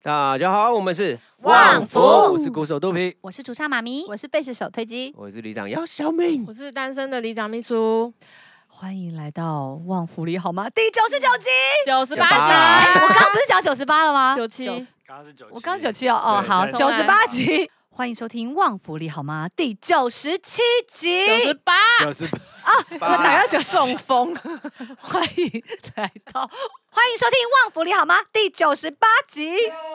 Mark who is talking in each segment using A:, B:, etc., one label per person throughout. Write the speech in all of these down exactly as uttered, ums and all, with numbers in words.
A: 大家好，我们是
B: 旺福，
C: 我是鼓手肚皮，
B: 我是主唱妈咪，
D: 我是贝斯手推机，
A: 我是里长姚小敏，
E: 我是单身的里长秘书。
B: 欢迎来到旺福里好吗？第九十九集，
E: 九十八
B: 集。我刚刚不是讲九十八了吗？
E: 九七，
C: 刚刚是九七，
B: 我刚刚九七哦，哦好，九十八集。欢迎收听《旺福里好吗》第九十七集，
E: 九十八，
C: 九十八
B: 啊！我哪个九
D: 中风？
B: 欢迎来到，欢迎收听《旺福里好吗》第九十八集。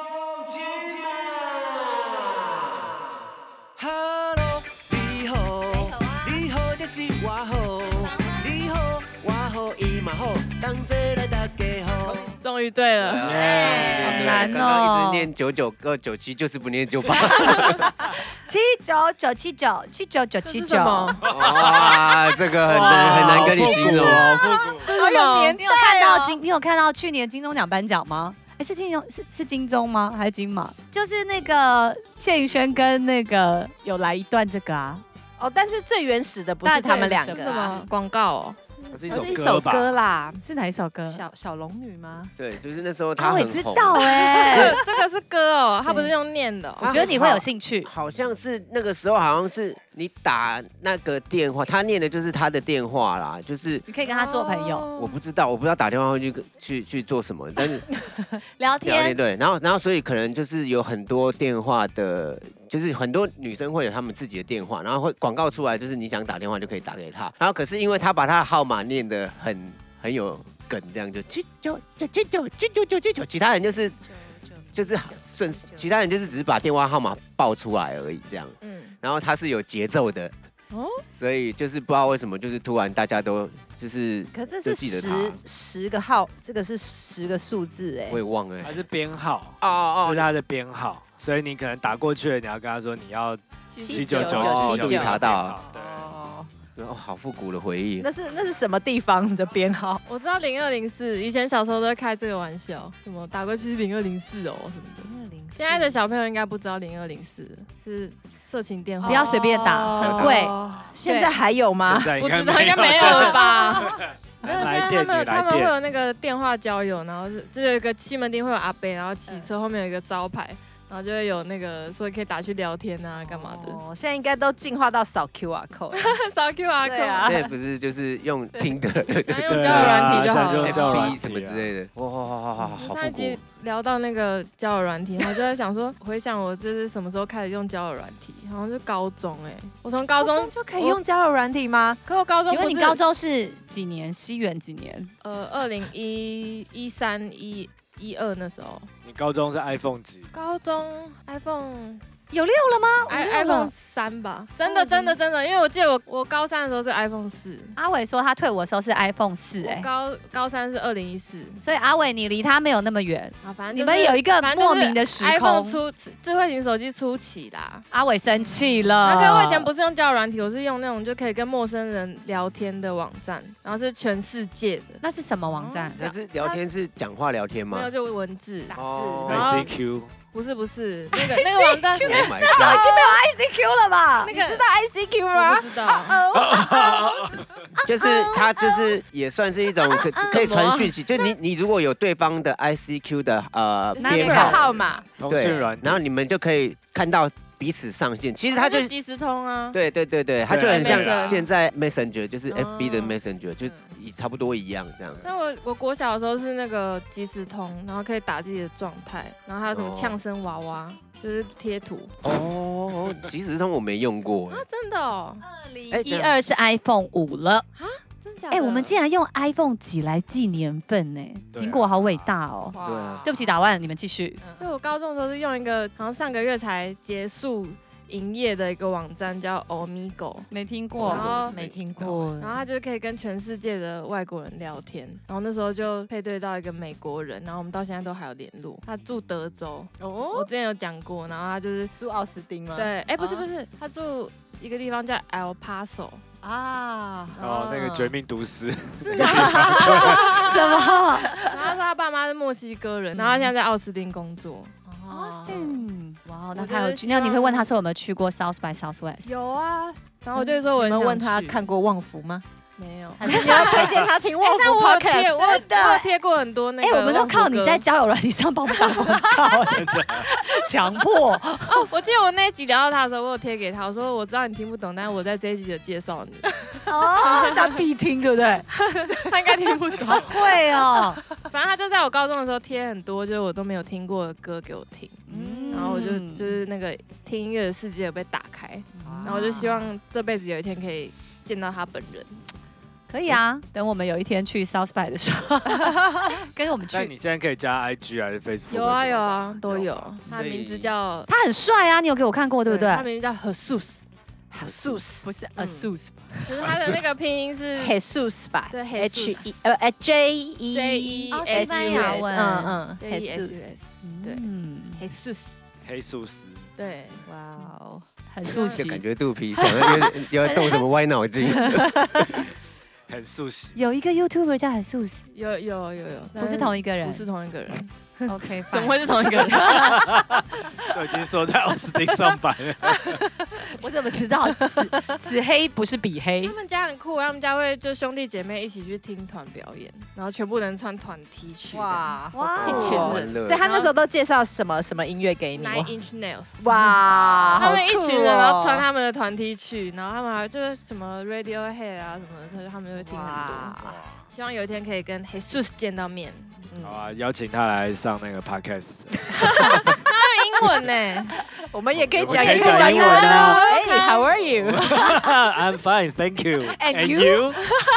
F: Hello， 你好，你好就是我好，你好我好伊嘛好，同齐来大家好。
E: 终于对了，
B: 好难哦！
A: 刚刚一直念九九个九七，就是不念九八。
B: 七九九七九七九九七九，
A: 哇，这个很难很难跟你形容。
E: 这是有年
B: 你有看到金？你有看到去年金钟奖颁奖吗？哎，是金钟是是金钟吗？还是金马？就是那个谢宇轩跟那个有来一段这个啊。
D: 哦，但是最原始的不是他们两个，
E: 是什么广告哦？
A: 是
D: 这是一首歌啦，
B: 是哪一首歌？
D: 小小龙女吗？
A: 对，就是那时候他
B: 我
A: 很红。
B: 也知道哎，
E: 这个是歌哦，他不是用念的。
B: 我觉得你会有兴趣。
A: 好像是那个时候，好像是你打那个电话，他念的就是他的电话啦，就是
B: 你可以跟他做朋友，
A: 我不知道，我不知道打电话会去去去做什么，但是
B: 聊天
A: 聊天对，然后然后所以可能就是有很多电话的，就是很多女生会有他们自己的电话，然后会广告出来，就是你想打电话就可以打给他，然后可是因为他把他的号码念得很很有梗，这样就七九九七九七九九七九，其他人就是就是顺，其他人就是只是把电话号码报出来而已，这样，嗯，然后他是有节奏的。哦，所以就是不知道为什么，就是突然大家都就是，
D: 可这是十十个号，这个是十个数字哎，
A: 我也忘了，
C: 它是编号
A: 哦哦，
C: 就是它的编号，所以你可能打过去了，你要跟他说你要七九九
A: 七
C: 九，
A: 就查到，
C: 对。
A: 哦，好复古的回忆。
D: 那是那是什么地方的编号？
E: 我知道零二零四，以前小时候都会开这个玩笑，什么打过去是零二零四哦什么的。现在的小朋友应该不知道零二零四是色情电话，
B: 不要随便打，很贵。
D: 现在还有吗？
E: 不知道，应该没有了吧？没有，现在他们他们会有那个电话交友，然后这有一个西门町会有阿伯，然后骑车后面有一个招牌。然后就会有那个，所以可以打去聊天啊，干嘛的？
D: 哦，现在应该都进化到扫 Q R code，
E: 扫 Q R code
D: 啊。
A: 现在不是就是用听的，
E: 用交友软体就好了
A: ，F B 什么之类的。哇哇哇哇哇，好复古。
E: 聊到那个交友软体，我就在想说，回想我就是什么时候开始用交友软体，好像是高中哎，我从高中
D: 就可以用交友软体吗？
E: 可我高中，
B: 请问你高中是几年？西元几年？
E: 呃，二零一一三一。一二那时候，
C: 你高中是 iPhone 几？
E: 高中 iPhone
B: 有六了吗
E: ？i iPhone 三吧，真的真的真的，因为我记得我我高三的时候是 iPhone 四。
B: 阿伟说他退伍的时候是 iPhone 四，哎，
E: 高高三是二零一四，
B: 所以阿伟你离他没有那么远
E: 啊，反正
B: 你们有一个莫名的时空。
E: iPhone 出智慧型手机初期啦，
B: 阿伟生气了。
E: 那个我以前不是用交友软体，我是用那种就可以跟陌生人聊天的网站，然后是全世界的。
B: 那是什么网站？
A: 那是聊天是讲话聊天吗？
E: 没有，就文字打字。
C: I C Q。
E: 不是不是，那个那个网站，
A: 那
B: 时候已经没有 I C Q 了吧？
E: 那个
D: 知道 I C Q 吗？
E: 我不知道，
A: 就是它就是也算是一种可可以传讯息，就你你如果有对方的 I C Q 的呃编号
D: 号码，
A: 对，然后你们就可以看到彼此上线。其实它就是
E: 即时通啊，
A: 对对对对，它就很像现在 Messenger， 就是 F B 的 Messenger， 就差不多一样这样。
E: 那我我国小的时候是那个即时通，然后可以打自己的状态，然后还有什么呛声娃娃，就是贴图。
A: 哦，即时通我没用过
E: 啊，真的哦。
B: 二零一二是 iPhone 五了啊，
E: 真假的？
B: 哎，我们竟然用 iPhone 几来记年份呢？苹果好伟大哦。
A: 对啊，
B: 对不起，打完你们继续。
E: 就我高中的时候是用一个好像上个月才结束营业的一个网站叫 Omigo，
B: 没听过，
E: 然后
D: 没听过，
E: 然后他就可以跟全世界的外国人聊天，然后那时候就配对到一个美国人，然后我们到现在都还有联络。他住德州，哦，我之前有讲过，然后他就是
D: 住奥斯汀吗？
E: 对，哎，不是不是，他住一个地方叫 El Paso
D: 啊，
C: 哦，那个绝命毒师，
E: 是吗？
B: 什么？
E: 然后他说他爸妈是墨西哥人，然后他现在在奥斯汀工作。
B: Austin， 哇，那他有去？那你会问他说有没有去过 South by Southwest？
E: 有啊，然后我就说我
D: 你们问他看过旺福吗？
E: 没有。
D: 还是你要推荐他听旺
E: 但
D: 福
E: 我有贴，
D: podcast？
E: 我有我有贴过很多那
B: 哎、
E: 个。
B: 我们都靠你在交友软体上帮我们打广告，真的强迫。
E: 哦，我记得我那一集聊到他的时候，我有贴给他，我说我知道你听不懂，但是我在这一集有介绍你。
B: 哦，这样必听，对不对？
E: 他应该听不懂。
B: 好会哦。
E: 反正他就在我高中的时候贴很多，就是我都没有听过的歌给我听，
B: 嗯
E: 然后我就就是那个听音乐的世界有被打开，然后我就希望这辈子有一天可以见到他本人。
B: 可以啊，等我们有一天去 South by 的时候，跟着我们
C: 那
B: 去。
C: 你现在可以加 I G 还是 Facebook？
E: 有啊有啊都有，他的名字叫
B: 他很帅啊，你有给我看过对不对？
E: 他名字叫 Jesus，
D: Jesus
B: 不是
E: 嗯
B: Asus，
E: 就是他的那个拼音是
D: Jesus 吧？
E: 对
D: H
E: Jesus
D: E 呃呃 J E
E: J E
B: 哦
D: S
B: 西班牙
D: U
B: 文
D: S，嗯嗯
E: J E S U
D: ，Jesus
E: S，对
B: 嗯，
E: Jesus，
C: 黑素丝，
E: 对，
B: 哇哦，很熟悉
A: 就。感觉肚皮想要有有在动什么歪脑筋。
C: 很素悉。
B: 有一个 YouTuber 叫 Asus，
E: 有有有有，
B: 不是同一个人，
E: 不是同一个人，
B: OK，
E: 怎么会是同一个人？
C: 就已经说在奥斯汀上班了。
B: 我怎么知道此此黑不是彼黑
E: 他？们家很酷，他们家会就兄弟姐妹一起去听团表演，然后全部人穿团 T 恤，哇
D: 哇
B: 哇
D: 好酷哦
A: 欢乐
D: 所以他那时候都介绍什么什么音乐给你？
E: ，Nine Inch Nails，
D: 哇，
E: 他们一群人，然后穿
D: 他
E: 他们的团 T 恤，然后他们还就是什么 Radiohead 啊什么的，他们就会听很多。
D: 哇
E: 希望有一天可以跟 Jesus 见到面。
C: 好啊，邀请他来上那个 podcast。
E: 英文呢？
D: 我们也可以讲
C: 我们可以
D: 也可以讲英文
C: 讲英文
D: 啊。
C: 啊
D: 哎，How are you？
C: I'm fine, thank you.
B: And
C: you?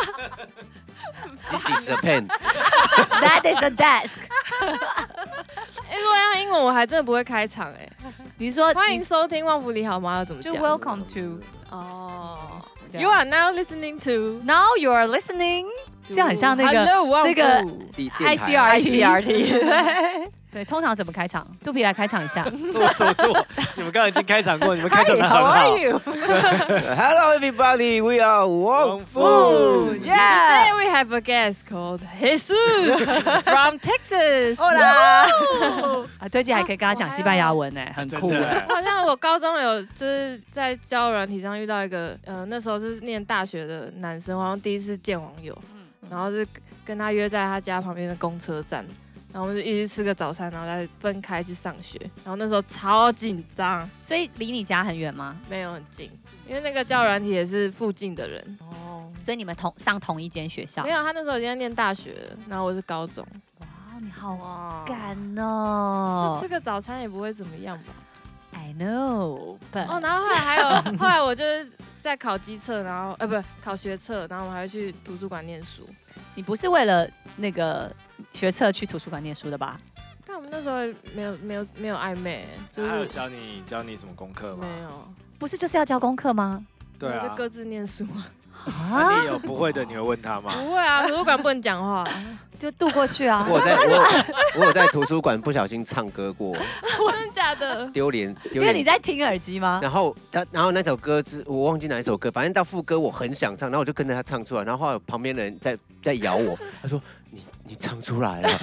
A: This is the pen。
B: That is a desk。
E: 哎，如果要英文，我还真的不会开场哎。
B: 你说
E: 欢迎收听《旺福你好吗》要怎么
B: 就
E: 讲？
B: Welcome to。
E: 哦
B: 对啊
E: ，You are now listening to，
B: Now you are listening，这样很像那个
E: Hello 旺福
B: 那个
A: 电
B: I
A: 电
B: C
A: 台
B: R
D: I C R T。
B: 对，通常怎么开场？肚皮来开场一下。
C: 我说是我，你们刚刚已经开场过，你们开场的很
D: How
C: 好
D: are。you？
A: Hello everybody, we are 旺福。
E: Today we have a guest called Jesus from Texas。
D: 好啦，
B: 啊，推荐还可以跟他讲西班牙文呢，很酷
C: 真的
B: 哎。
E: 好像我高中有就是在交友软体上遇到一个，呃，那时候是念大学的男生，好像第一次见网友，然后是跟他约在他家旁边的公车站，然后我们就一起吃个早餐，然后再分开去上学，然后那时候超紧张，
B: 所以离你家很远吗？
E: 没有很近，因为那个交友软体也是附近的人，
B: 哦，所以你们同上同一间学校
E: 没？有，他那时候已经在念大学了，然后我是高中，
B: 哇，你好
E: 哇，
B: 敢
E: 就
B: 哦
E: 吃个早餐也不会怎么样吧。
B: ！I know，but
E: 哦，然后后来还有，后来我就是在考机测，然后呃不考学测，然后我还会去图书馆念书。
B: 你不是为了那个学测去图书馆念书的吧？
E: 但我们那时候没有没有没有暧昧，就
C: 他有
E: 是
C: 教你教你什么功课吗？
E: 没有，
B: 不是就是要交功课吗？
C: 对啊
E: 就。各自念书。
C: 那你有不会的，你会问他吗？
E: 不会啊，图书馆不能讲话。
B: 就渡过去啊。
A: 我有在我有我有在图书馆不小心唱歌过，
E: 真的假的？
A: 丢脸丢
B: 因为你
A: 脸。
B: 在听耳机吗？
A: 然后他，然后那首歌是我忘记哪一首歌，反正到副歌我很想唱，然后我就跟着他唱出来，然后后来旁边的人在在咬我，他说你你唱出来了，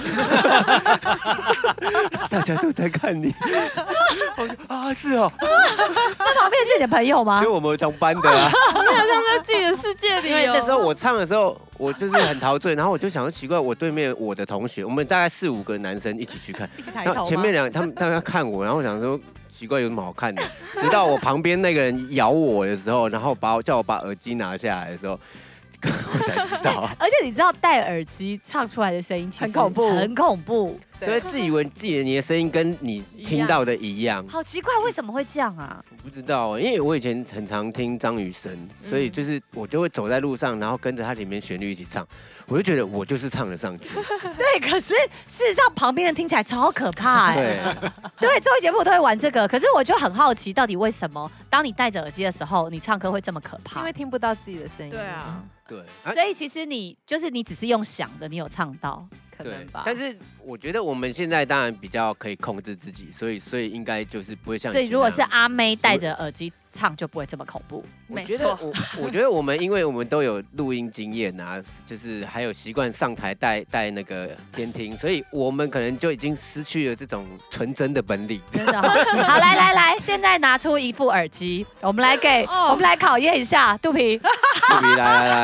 A: 大家都在看你。我说啊是哦，
B: 那旁边是你的朋友吗
A: 因为？我们同班的啊。
E: 你好像在自己的世界里
A: 因为
E: 哦。
A: 那时候我唱的时候，我就是很陶醉，然后我就想说奇怪，我对面我的同学，我们大概四五个男生一起去看，
B: 一起抬
A: 然后前面两他们大家看我，然后我想说奇怪有什么好看的，直到我旁边那个人咬我的时候，然后把我叫我把耳机拿下来的时候，我才知道，
B: 而且你知道戴耳机唱出来的声音其实
D: 很恐怖
B: 很恐怖，
A: 因为自以为自己的你的声音跟你听到的一样，
B: 好奇怪，为什么会这样啊？
A: 我不知道，因为我以前很常听张雨生，所以就是我就会走在路上，然后跟着它里面旋律一起唱，我就觉得我就是唱得上去。
B: 对，可是事实上旁边人听起来超可怕哎、
A: 对，
B: 对，综艺节目我都会玩这个，可是我就很好奇，到底为什么当你戴着耳机的时候，你唱歌会这么可怕？
D: 因为听不到自己的声音。
E: 对啊，
A: 对，啊
B: 所以其实你就是你只是用想的，你有唱到。
A: 对
D: 可能吧。
A: 但是我觉得我们现在当然比较可以控制自己，所以所以应该就是不会像以
B: 所以如果是
A: 前那样
B: 阿妹戴着耳机唱，就不会这么恐怖。
A: 我
E: 没错。
A: 觉得我我觉得我们因为我们都有录音经验啊，就是还有习惯上台带带那个监听，所以我们可能就已经失去了这种纯真的本领。
B: 真的好，好来来来，现在拿出一副耳机，我们来给，
E: 哦
B: 我们来考验一下肚皮。
A: 肚皮来来来，
D: 这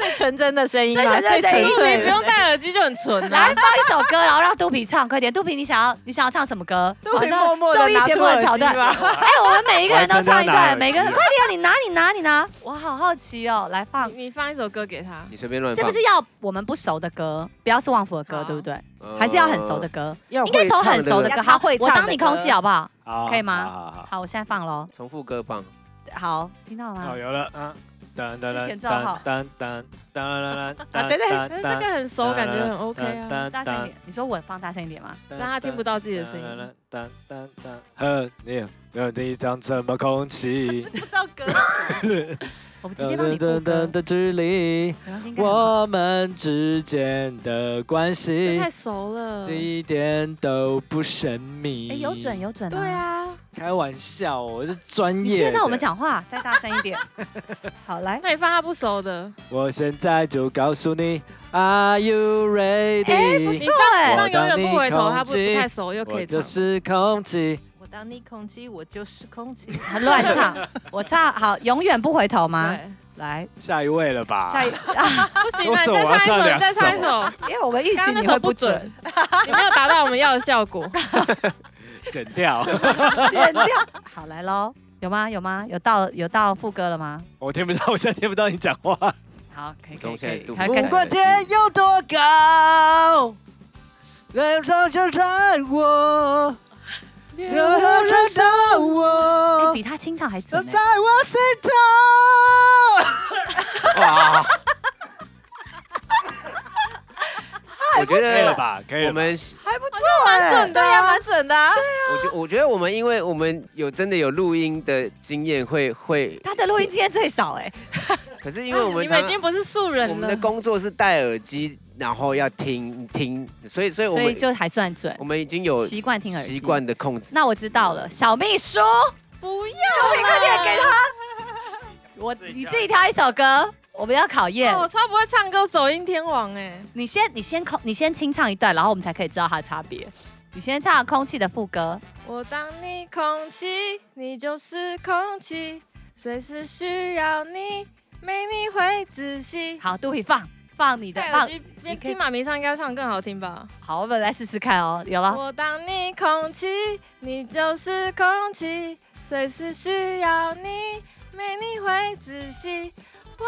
D: 最纯真的声音
B: 最
D: 嘛，
B: 纯真的声音
D: 最纯粹的
E: 你不用戴耳机就很纯
B: 来
E: 啦。
B: 放一首歌，然后让肚皮唱，快点！肚皮，你想要你想要唱什么歌？
D: 都可以
B: 好
D: 默默的
B: 综艺节目的
D: 拿出耳机
B: 桥段。
D: 吧。
B: 哎，我们每一个人都唱一段，
C: 我还真的要拿耳机
B: 每个人快点，你拿你拿你拿，我好好奇哦，来放。
E: 你你放一首歌给他，
A: 你随便乱放，
B: 是不是要我们不熟的歌，不要是旺福的歌，
E: 好
B: 对不对？
A: 呃
B: 还是要很熟的歌？
A: 要
B: 应该从很熟的歌。
D: 要他
B: 好，
D: 会唱的
B: 我当你空气
D: 歌
B: 好不好？
C: 好
B: 可以吗
C: 好好好。
B: 好，我现在放喽。
A: 重复歌放？
B: 好，听到了吗
C: 好，？有了，嗯，噔噔
B: 之前造好
C: 噔噔噔噔噔
D: 对对
E: 可是这个很熟，感觉很 OK 啊。
B: 大声一点，你说我放大声一点吗？
E: 但他听不到自己的声音。
C: 噔噔噔，和你有地上什么空气？
D: 不知道歌词，
B: 我们直接帮你副歌。
C: 的距离，
B: 没关系应该很好
C: 我们之间的关
E: 这
C: 系
E: 太熟了。
C: 一点都不神秘。
B: 哎，有准有准。
E: 对，啊，
C: 开玩笑，我是专
B: 你
C: 业的。
B: 听得到我们讲话，再大声一点。好，来。
E: 那你放他不熟的，
C: 我现在就告诉你 ，Are you ready？
B: 哎，不错哎。
E: 放永远不回头，
C: 我当你
E: 他不不太熟又可以唱
C: 我就。是空气。
D: 我当你空气，我就是空气。
B: 很乱唱，我唱好，永远不回头吗？
E: 对，
B: 来，
C: 下一位了吧？
B: 下一，啊
E: 不行了，
C: 为什么
E: 你再唱一首，你
C: 我要唱两
E: 再唱一首。
B: 因为我们预期
E: 刚刚那首不
B: 你会不准
E: 准，你没有达到我们要的效果。
C: 剪掉。
B: 剪掉。好，来喽，有吗？有吗？有到有到副歌了吗？
C: 我听不到，我现在听不到你讲话。
B: 好，可以可以
A: 从现
B: 可以，
A: 在度过
B: 好开始。
C: 不管天有多高，人潮就穿过，然后找到
B: 哎，
C: 我，
B: 比他清唱还准
C: 在
B: 哎。
C: 我心头。
A: 哇！我觉
C: 可以了
A: 得
C: 吧？可以了吧。
A: 我们，
B: 还不错
E: 蛮准的
D: 对呀，
E: 啊，
D: 蛮准的啊。
A: 我觉我觉得我们，因为我们有真的有录音的经验，会会，
B: 他的录音经验最少哎。
A: 可是因为我们
E: 你们
A: 常
E: 已经不是素人了
A: 我们的。工作是戴耳机，然后要听听，所以所以我们
B: 所以就还算准
A: 我，们已经有
B: 习惯听耳机。
A: 习。惯的控制。
B: 那我知道了，小秘书，
E: 不要，
B: 快点给他。我你自己挑一首歌，我们要考验
E: 哦。我超不会唱歌，走音天王哎。
B: 你先你先空你先清唱一段，然后我们才可以知道它的差别。你先唱空气的副歌。
E: 我当你空气，你就是空气，随时需要你，没你会窒息。
B: 好，杜比放放你的放。
E: 戴耳机边
B: 你可以
E: 听马明唱应该唱更好听吧？
B: 好，我们来试试看哦。有了。
E: 我当你空气，你就是空气，随时需要你，没你会窒息。我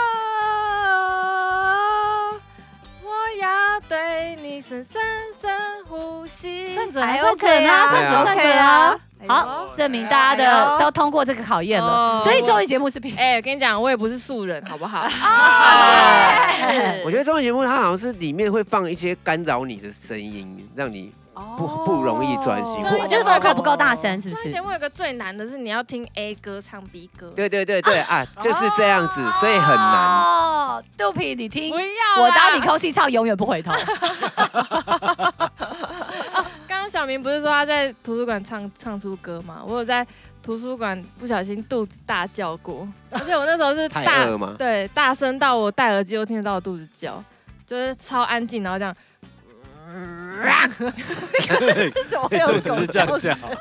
E: 我要对你深深深呼吸。
B: 算准还
D: 还
B: 算
D: OK
B: 准啊，
D: 啊
B: 算准
A: 还
B: 算
D: OK
B: 准
D: 啊
B: 啊。好，证明大家
D: 哎
B: 的
D: 呦
B: 都通过这个考验了，
E: 哦
B: 所以综艺节目是平。
E: 哎、我跟你讲，我也不是素人，好不好？
B: 哎
A: 我觉得综艺节目它好像是里面会放一些干扰你的声音，让你不不容易专心。
E: 综艺
B: 就是
E: 节目
B: vocal 不够大声，是不是
E: 综艺节？目有个最难的是你要听 A 歌唱 B 歌。
A: 对对对对啊，就是这样子，所以很难。
B: 哦，肚皮，你听
E: 不，要啦，
B: 我当你空气唱，永远不回头。
E: 刚刚小明不是说他在图书馆唱唱出歌吗？我有在图书馆不小心肚子大叫过，而且我那时候是
A: 太
E: 大
A: 饿吗？
E: 对大声到我戴耳机都听得到我肚子叫，就是超安静，然后这样。
D: 是怎么会有
C: 就
D: 这种
C: 只是这样
D: 叫
C: 叫
D: 声？。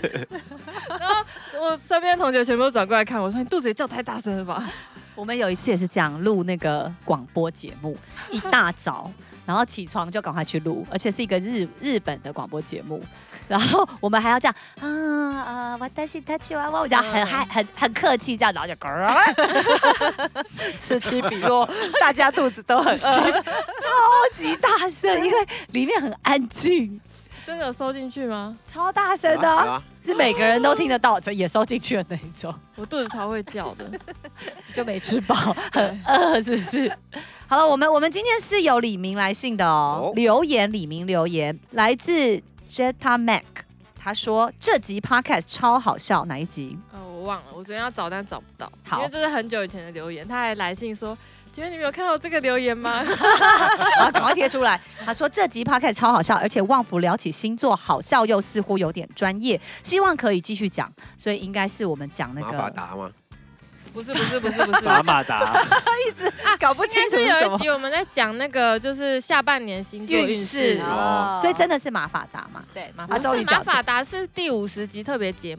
E: 我身边同学全部都转过来看我，说你肚子也叫太大声了吧？
B: 我们有一次也是这样录那个广播节目，一大早，然后起床就赶快去录，而且是一个日日本的广播节目，然后我们还要这样啊啊，我但是他去完我讲很嗨很很客气这样，然后就
D: 此起彼落，大家肚子都很饿。
B: 超级大声，因为里面很安静，
E: 真的有收进去吗？
B: 超大声的啊，
A: 有啊有啊
B: 是每个人都听得到，这也收进去的那一种。
E: 我肚子超会叫的。
B: 就没吃饱，很饿，是不是？好了，我们我们今天是有李明来信的哦，
A: 哦
B: 留言李明留言来自 Jetta Mac， 他说这集 Podcast 超好笑，哪一集？
E: 呃，我忘了，我昨天要找但找不到，
B: 好
E: 因为这是很久以前的留言。他还来信说：“请问你们有看到这个留言吗
B: 然后赶快贴出来。他说这集 Podcast 超好笑，而且旺福聊起星座好笑又似乎有点专业，希望可以继续讲，所以应该是我们讲那
A: 马法
B: 个
A: 达吗？？”
E: 不是不是不是不是，
C: 法马达，
D: 一直搞不
E: 应
D: 清
E: 该是有一
D: 楚是什么。
E: 集我们在讲那个就是下半年星座运
B: 运
E: 势
B: 势。
A: 哦
B: 所以真的是马法达嘛？
D: 对，麻
B: 啊
D: 烦
E: 不是
B: 终于讲
E: 马法达是第五十集特别节目，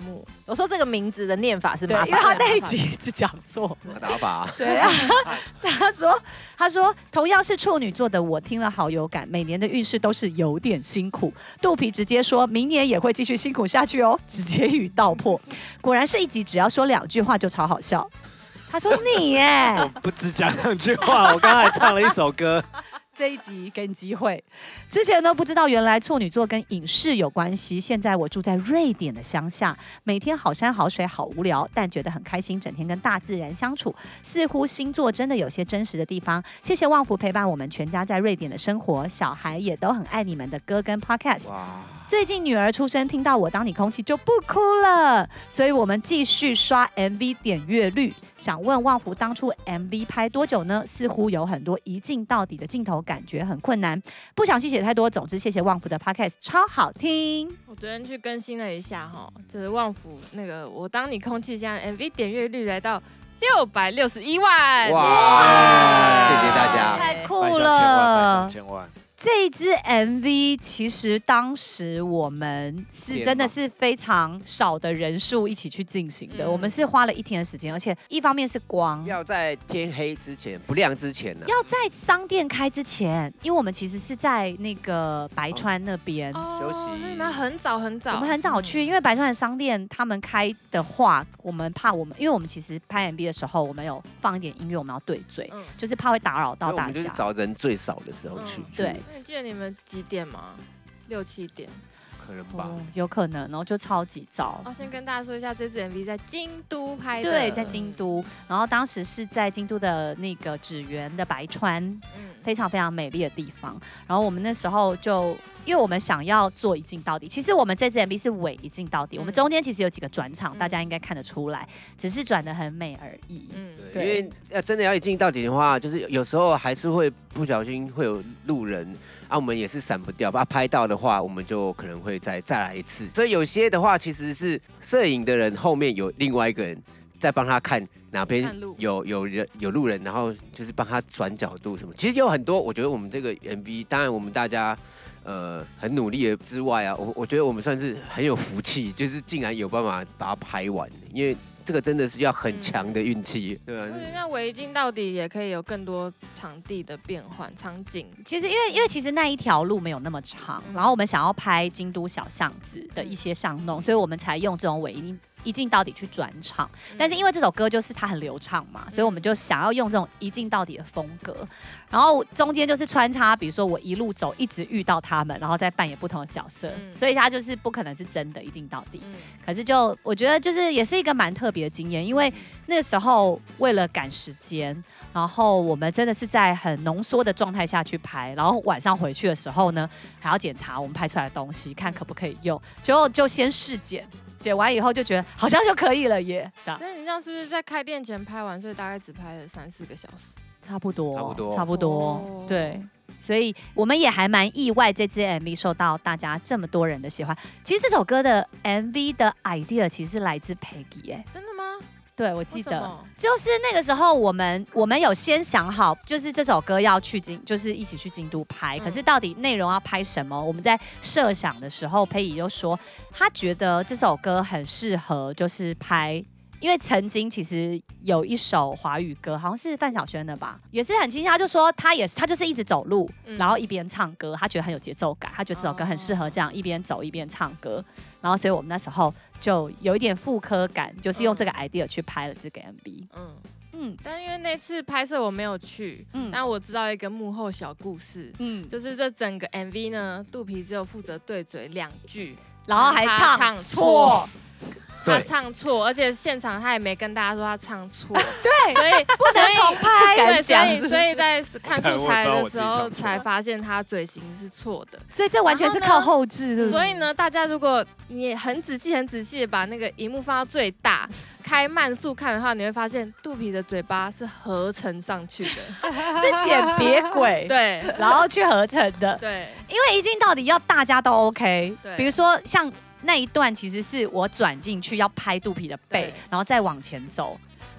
D: 我说这个名字的念法是
B: 对
D: 麻，烦，
B: 因为他那一集一直讲错。
A: 打法。
B: 对啊，他说他说同样是处女座的我听了好有感，每年的运势都是有点辛苦。肚皮直接说明年也会继续辛苦下去哦，直接语道破。果然是一集只要说两句话就超好笑。他说你耶，
C: 我不只讲两句话，我刚才唱了一首歌。
B: 这一集给你机会。之前都不知道原来处女座跟影视有关系，现在我住在瑞典的乡下，每天好山好水好无聊，但觉得很开心，整天跟大自然相处，似乎星座真的有些真实的地方。谢谢旺福陪伴我们全家在瑞典的生活，小孩也都很爱你们的歌跟 podcast。最近女儿出生，听到我当你空气就不哭了，所以我们继续刷 M V 点阅率。想问旺福当初 M V 拍多久呢？似乎有很多一镜到底的镜头，感觉很困难。不想细写太多，总之谢谢旺福的 podcast 超好听。
E: 我昨天去更新了一下哈，就是旺福那个我当你空气，现在 M V 点阅率来到六百六十一万。
A: 哇！谢谢大家，
B: 太酷
C: 百上千万，百
B: 了
C: 上！千万。
B: 这一支 M V 其实当时我们是真的是非常少的人数一起去进行的，
E: 嗯
B: 我们是花了一天的时间，而且一方面是光。
A: 要在天黑之前，不亮之前呢、
B: 要在商店开之前，因为我们其实是在那个白川那边，
E: 哦
A: 休息
E: 那你们很早很早，
B: 我们很早去，因为白川的商店他们开的话，我们怕我们，因为我们其实拍 M V 的时候，我们有放一点音乐，我们要对嘴，
E: 嗯
B: 就是怕会打扰到大
A: 因为我们就是
B: 家。
A: 找人最少的时候去。
E: 嗯
B: 对，
E: 那你记得你们几点吗？六七点。
A: 可能吧。
B: 哦，有可能，然后就超级早。
E: 哦，先跟大家说一下，这支 M V 在京都拍的。
B: 对，在京都，然后当时是在京都的那个指原的白川，
E: 嗯，
B: 非常非常美丽的地方。然后我们那时候就，因为我们想要做一镜到底，其实我们这支 M V 是伪一镜到底，我们中间其实有几个转场，
E: 嗯
B: 大家应该看得出来，只是转得很美而已。
E: 嗯，
A: 对，
B: 对
A: 因为要真的要一镜到底的话，就是有时候还是会不小心会有路人啊，我们也是闪不掉。啊，拍到的话，我们就可能会再再来一次。所以有些的话，其实是摄影的人后面有另外一个人在帮他看哪边
E: 看路
A: 有有人有路人，然后就是帮他转角度什么。其实有很多，我觉得我们这个 M V， 当然我们大家。呃，很努力的之外啊，我我觉得我们算是很有福气，就是竟然有办法把它拍完，因为这个真的是要很强的运气，对吧、
E: 对，那围巾到底也可以有更多场地的变换场景。
B: 其实因为因为其实那一条路没有那么长，
E: 嗯
B: 然后我们想要拍京都小巷子的一些巷弄，所以我们才用这种尾音一镜到底去转场。但是因为这首歌就是它很流畅嘛，所以我们就想要用这种一镜到底的风格，然后中间就是穿插，比如说我一路走一直遇到他们，然后再扮演不同的角色，
E: 嗯
B: 所以它就是不可能是真的一镜到底。
E: 嗯
B: 可是就我觉得就是也是一个蛮特别的经验，因为那个时候为了赶时间，然后我们真的是在很浓缩的状态下去拍，然后晚上回去的时候呢，还要检查我们拍出来的东西，看可不可以用，结果就先试剪，剪完以后就觉得好像就可以了耶，这样
E: 所以你这样是不是在开店前拍完，所以大概只拍了三四个小时？
B: 差不多，
A: 差不多
B: 差不多，
E: 哦
B: 对。所以我们也还蛮意外，这支 M V 受到大家这么多人的喜欢。其实这首歌的 M V 的 idea 其实是来自 Peggy 哎、
E: 真的吗？
B: 对我记得
E: 为什么
B: 就是那个时候我们我们有先想好，就是这首歌要去京，就是一起去京都拍。
E: 嗯
B: 可是到底内容要拍什么，我们在设想的时候，Peggy就说他觉得这首歌很适合，就是拍。因为曾经其实有一首华语歌，好像是范晓萱的吧，也是很轻。他就说他也是，他就是一直走路，
E: 嗯
B: 然后一边唱歌，他觉得很有节奏感，他觉得这首歌很适合这样一边走一边唱歌。然后所以我们那时候就有一点复刻感，就是用这个 idea 去拍了这个 M V。
E: 嗯，
B: 嗯
E: 但因为那次拍摄我没有去，
B: 嗯
E: 但我知道一个幕后小故事，
B: 嗯，
E: 就是这整个 M V 呢，肚皮只有负责对嘴两句，
B: 然后还
E: 他
B: 唱错，
E: 他
A: 对
E: 唱错，而且现场他也没跟大家说他唱错，
B: 对，
E: 所以
B: 不能重拍，
E: 对，所以所以在看素材的时
C: 我不知道我自己
E: 候
C: 唱错
E: 才发现他嘴型是错的。
B: 所以这完全是靠后置，对不对？
E: 所以呢，大家如果你也很仔细、很仔细的把那个荧幕放到最大，开慢速看的话，你会发现肚皮的嘴巴是合成上去的。
B: 是剪别轨，，
E: 对
B: 然后去合成的。
E: 对，
B: 因为一镜到底要大家都 OK，
E: 对
B: 比如说像那一段其实是我转进去要拍肚皮的背
E: 对，
B: 然后再往前走。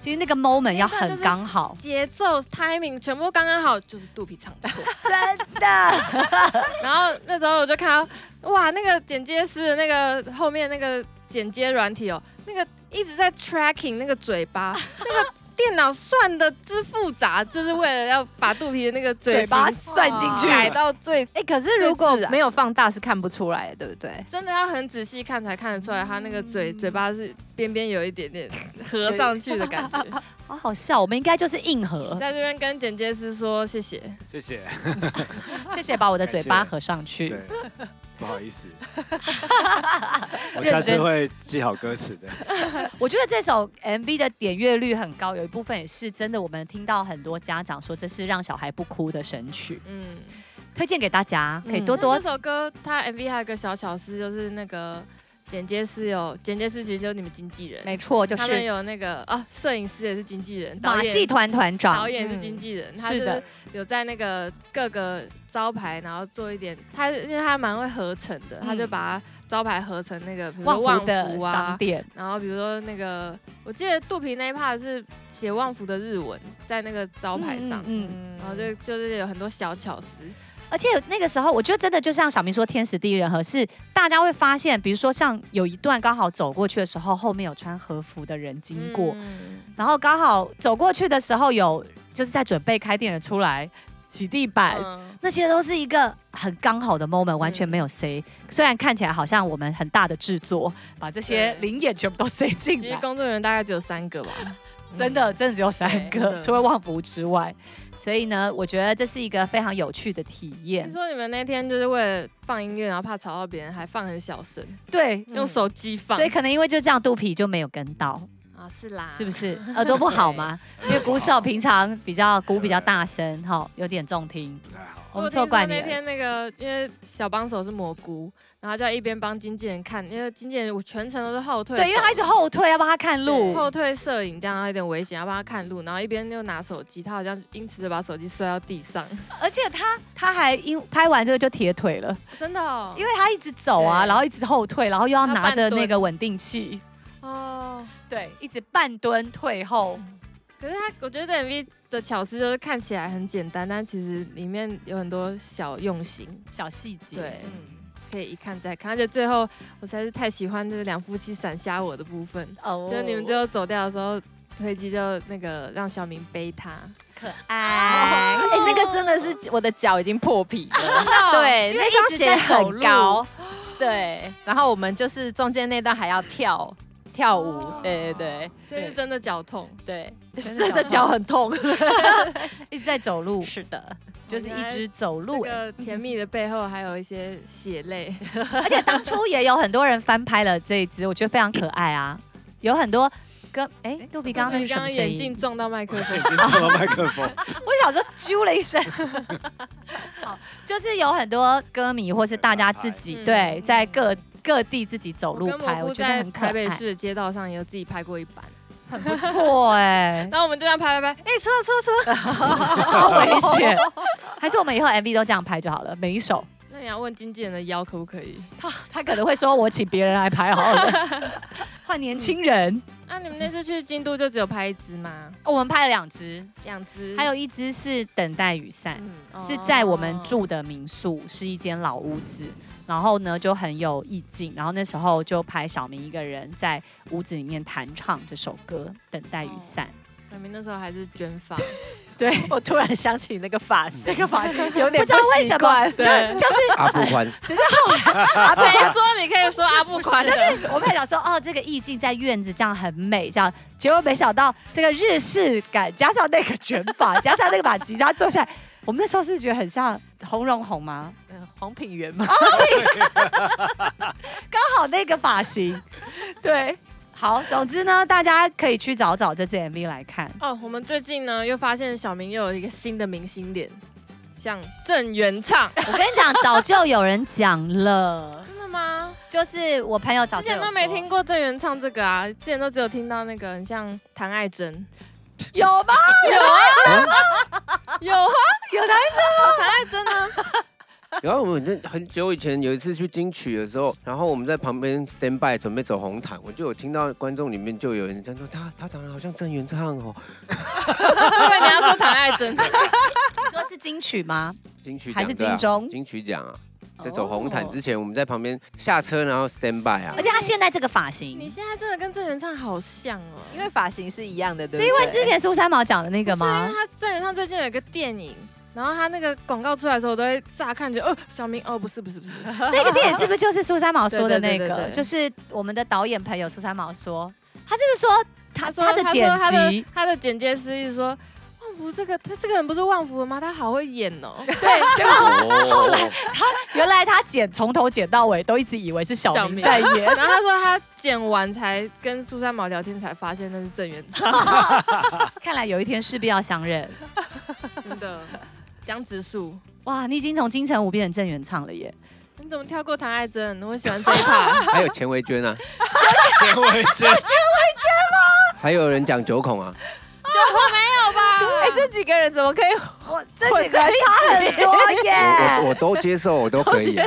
B: 其实那个 moment 要很刚好，
E: 节奏 timing 全部刚刚好，就是肚皮唱错，
B: 真的。
E: 然后那时候我就看到，哇，那个剪接师的那个后面那个剪接软体哦，那个一直在 tracking 那个嘴巴，那个电脑算的之复杂，就是为了要把肚皮的那个嘴
B: 巴
E: 型
B: 算进去，
E: 改到最。
D: 哎，可是如果没有放大是看不出来的，对不对？
E: 真的要很仔细看才看得出来，他那个嘴嘴巴是边边有一点点合上去的感觉。
B: 好好笑，我们应该就是硬合。
E: 在这边跟剪接师说谢谢，
C: 谢谢，
B: 谢谢把我的嘴巴合上去。
C: 对，不好意思，我下次会记好歌词的。
B: 我觉得这首 M V 的点阅率很高，有一部分也是真的，我们听到很多家长说这是让小孩不哭的神曲。嗯，推荐给大家，可以多多。
E: 这首歌它 M V 还有一个小巧思，就是那个。剪接师有剪接师，其实就是你们经纪人，
B: 没错，就是
E: 他们有那个啊，摄影师也是经纪人，
B: 马戏团团长，
E: 导演是经纪人，他是有在那个各个招牌，然后做一点，他因为他蛮会合成的，他就把招牌合成那个，比如说旺福
B: 的商店，
E: 然后比如说那个，我记得肚皮那一 part 是写旺福的日文在那个招牌上，嗯，然后就就是有很多小巧思。
B: 而且那个时候，我觉得真的就像小明说，天时地利人和，是大家会发现，比如说像有一段刚好走过去的时候，后面有穿和服的人经过，嗯、然后刚好走过去的时候有就是在准备开店的出来洗地板，嗯、那些都是一个很刚好的 moment， 完全没有塞。嗯、虽然看起来好像我们很大的制作，把这些灵眼全部都塞进来，
E: 其实工作人员大概只有三个吧。
B: 真的，真的只有三个，除了旺福之外。所以呢，我觉得这是一个非常有趣的体验。
E: 听说你们那天就是为了放音乐，然后怕吵到别人，还放很小声，
B: 对，
E: 用手机放。
B: 所以可能因为就这样，肚皮就没有跟到。
E: 啊，是啦，
B: 是不是耳朵不好吗？因为鼓手平常比较鼓比较大声，哈，有点重听，
C: 不太好。
B: 我们错怪你了。
E: 那天那个，因为小帮手是蘑菇，然后就要一边帮经纪人看，因为经纪人我全程都是后退，
B: 对，因为他一直后退，要帮他看路，
E: 后退摄影这样有点危险，要帮他看路，然后一边又拿手机，他好像因此就把手机摔到地上，
B: 而且他他还因拍完这个就铁腿了，
E: 真的、哦，
B: 因为他一直走啊，然后一直后退，然后又要拿着那个稳定器，哦，对，一直半蹲退后。
E: 可是他，我觉得 M V 的巧思就是看起来很简单，但其实里面有很多小用心、
B: 小细节，
E: 对，嗯，可以一看再看。而且最后我实在是太喜欢就是两夫妻闪瞎我的部分，哦，就是你们最后走掉的时候，推机就那个让小明背他，
B: 可爱，哎、
D: 哦欸，那个真的是我的脚已经破皮了，对，那双鞋很高，对，然后我们就是中间那段还要跳。跳舞，哦、对对对，
E: 所以是真的脚痛，
D: 对，真的脚很痛，
B: 一直在走路，
D: 是的，
B: 就是一直走路。
E: 这个甜蜜的背后还有一些血泪，
B: 而且当初也有很多人翻拍了这一支，我觉得非常可爱啊，有很多跟哎，肚皮刚刚那是什么声音？
E: 眼镜撞到麦克风，
C: 眼镜撞到麦克风，
B: 我想说啾了一声。好，就是有很多歌迷或是大家自己、嗯、对在各。各地自己走路拍，我觉得很可爱。
E: 台北市的街道上也有自己拍过一版，
B: 很不错哎。
E: 然后我们就这样拍拍拍，哎、欸，车车
B: 车，超危险。还是我们以后 M V 都这样拍就好了，每一首。
E: 那你要问经纪人的腰可不可以？
B: 他他可能会说我请别人来拍好了，换年轻人。
E: 那、嗯啊、你们那次去京都就只有拍一支吗？
B: 我们拍了两支，
E: 两支，
B: 还有一支是等待雨伞，嗯、是在我们住的民宿，是一间老屋子。然后呢，就很有意境。然后那时候就拍小明一个人在屋子里面弹唱这首歌《等待雨伞》。
E: 小明那时候还是卷发，
D: 对我突然想起那个发型，
B: 那个发型
D: 有点不习惯，
B: 就就是
A: 阿布宽，
B: 只是后来
E: 阿可以说你可以说阿布宽，
B: 就是我们想说哦，这个意境在院子这样很美，这样结果没想到这个日式感加上那个卷发，加上那个把吉他坐下来。我们那时候是觉得很像洪荣宏吗？
D: 呃，黄品源吗？
B: 刚好那个发型，对。好，总之呢，大家可以去找找这支 M V 来看。
E: 哦，我们最近呢又发现小明又有一个新的明星脸，像郑元畅。
B: 我跟你讲，早就有人讲了。
E: 真的吗？
B: 就是我朋友早就有说，
E: 之前都没听过郑元畅这个啊，之前都只有听到那个很像谭爱珍。
B: 有吗？
E: 有啊，有啊，
B: 有谭爱珍吗？
E: 谭爱珍啊，
A: 然后我们很久以前有一次去金曲的时候，然后我们在旁边 stand by 准备走红毯，我就有听到观众里面就有人在说他他长得好像郑元畅哦。
E: 因为你要说唐爱珍，
B: 你说是金曲吗？
A: 金曲奖
B: 还是
A: 对啊
B: 金钟
A: 金曲奖啊。在走红毯之前，我们在旁边下车，然后 stand by 啊
B: 而。且他现在这个发型，
E: 你现在真的跟郑元畅好像哦。
D: 因为发型是一样的，对
B: 是
D: 不对？
B: 因为之前苏三毛讲的那个
E: 是因为
B: 吗？
E: 他郑元畅最近有一个电影，然后他那个广告出来的时候，我都会乍看觉得，哦，小明，哦，不是不是不是，
B: 那个电影是不是就是苏三毛说的那个？
E: 对对对对对
B: 就是我们的导演朋友苏三毛说，他是不是说他
E: 说
B: 他的剪
E: 他的
B: 辑？
E: 他的剪接师一直说。旺福这个他这个人不是旺福的吗？他好会演哦。
B: 对，结果
A: 后
B: 来原来他剪从头剪到尾都一直以为是小明
E: 小明
B: 在演。
E: 然后他说他剪完才跟苏三毛聊天，才发现那是郑元畅。
B: 看来有一天势必要相认。
E: 真的，江直树，
B: 哇，你已经从金城武变成郑元畅了耶！
E: 你怎么跳过唐爱珍？我喜欢这一趴。
A: 还有钱维娟啊，
C: 钱维娟，
A: 还有人讲九孔啊。
D: 哎，这几个人怎么可以？
B: 我这几个差很多
A: 我
B: 耶，
A: 我我都接受，我都可以啊。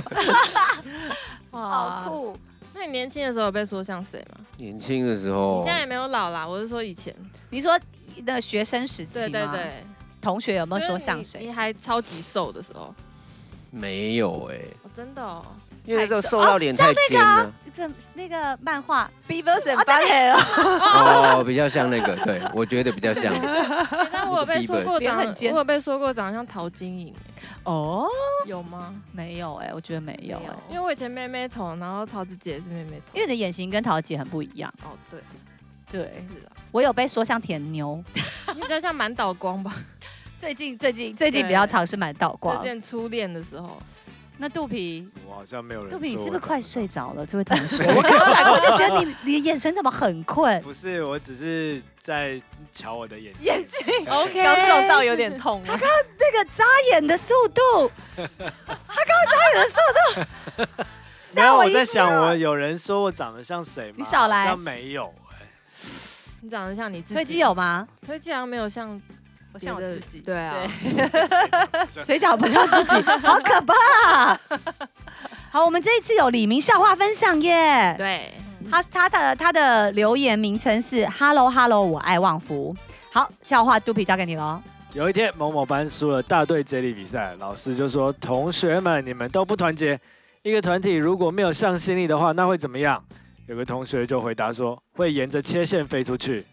B: 好酷。
E: 那你年轻的时候有被说像谁吗？
A: 年轻的时候，
E: 你现在也没有老啦，我是说以前。
B: 你说那学生时期吗？
E: 对对对，
B: 同学有没有说像
E: 就是你？
B: 谁？
E: 你还超级瘦的时候，
A: 没有哎，
E: 哦，真的哦。
A: 因为那时候瘦到脸太尖了。
B: 这那个漫画
D: Beavers and Butthead
A: 哦，比较像那个，对我觉得比较像。
E: 欸但我有被说过长，
B: 脸很尖
E: 我有被说过长得像陶晶莹，
B: 哦，
E: 有吗？
B: 没有哎，我觉得没有哎，
E: 因为我以前妹妹头，然后桃子姐也是妹妹头。
B: 因为你的眼型跟桃姐很不一样。
E: 哦，对，
B: 对，
E: 是啊，
B: 我有被说像甜妞，
E: 你比较像满岛光吧？
B: 最近最近最近比较常是满倒
E: 之
B: 光。
E: 前初恋的时候，
B: 那肚皮，
C: 我好像没有人。
B: 肚皮，你是不是快睡？着了？这位同学，我刚转过就觉得你你的眼神怎么很困？
C: 不是，我只是在瞧我的眼睛。
D: 眼睛
B: OK
D: 刚撞到有点痛。
B: 他刚那个眨眼的速度，他刚刚眨眼的速度，
C: 没有，我在
B: 吓我一跳
C: 想，我有人说我长得像谁吗？
B: 你少来
C: 好像没有哎。
E: 你长得像你自己。
B: 推机有吗？
E: 推机好像没有像
D: 我像我自己。
E: 对啊，
B: 谁讲不像自己？好可怕！好，我们这一次有李明笑话分享耶。
E: 对，
B: 他他的他的留言名称是 Hello Hello， 我爱旺福。好，笑话肚皮交给你喽。
C: 有一天，某某班输了大队接力比赛，老师就说：“同学们，你们都不团结，一个团体如果没有向心力的话，那会怎么样？”有个同学就回答说：“会沿着切线飞出去。”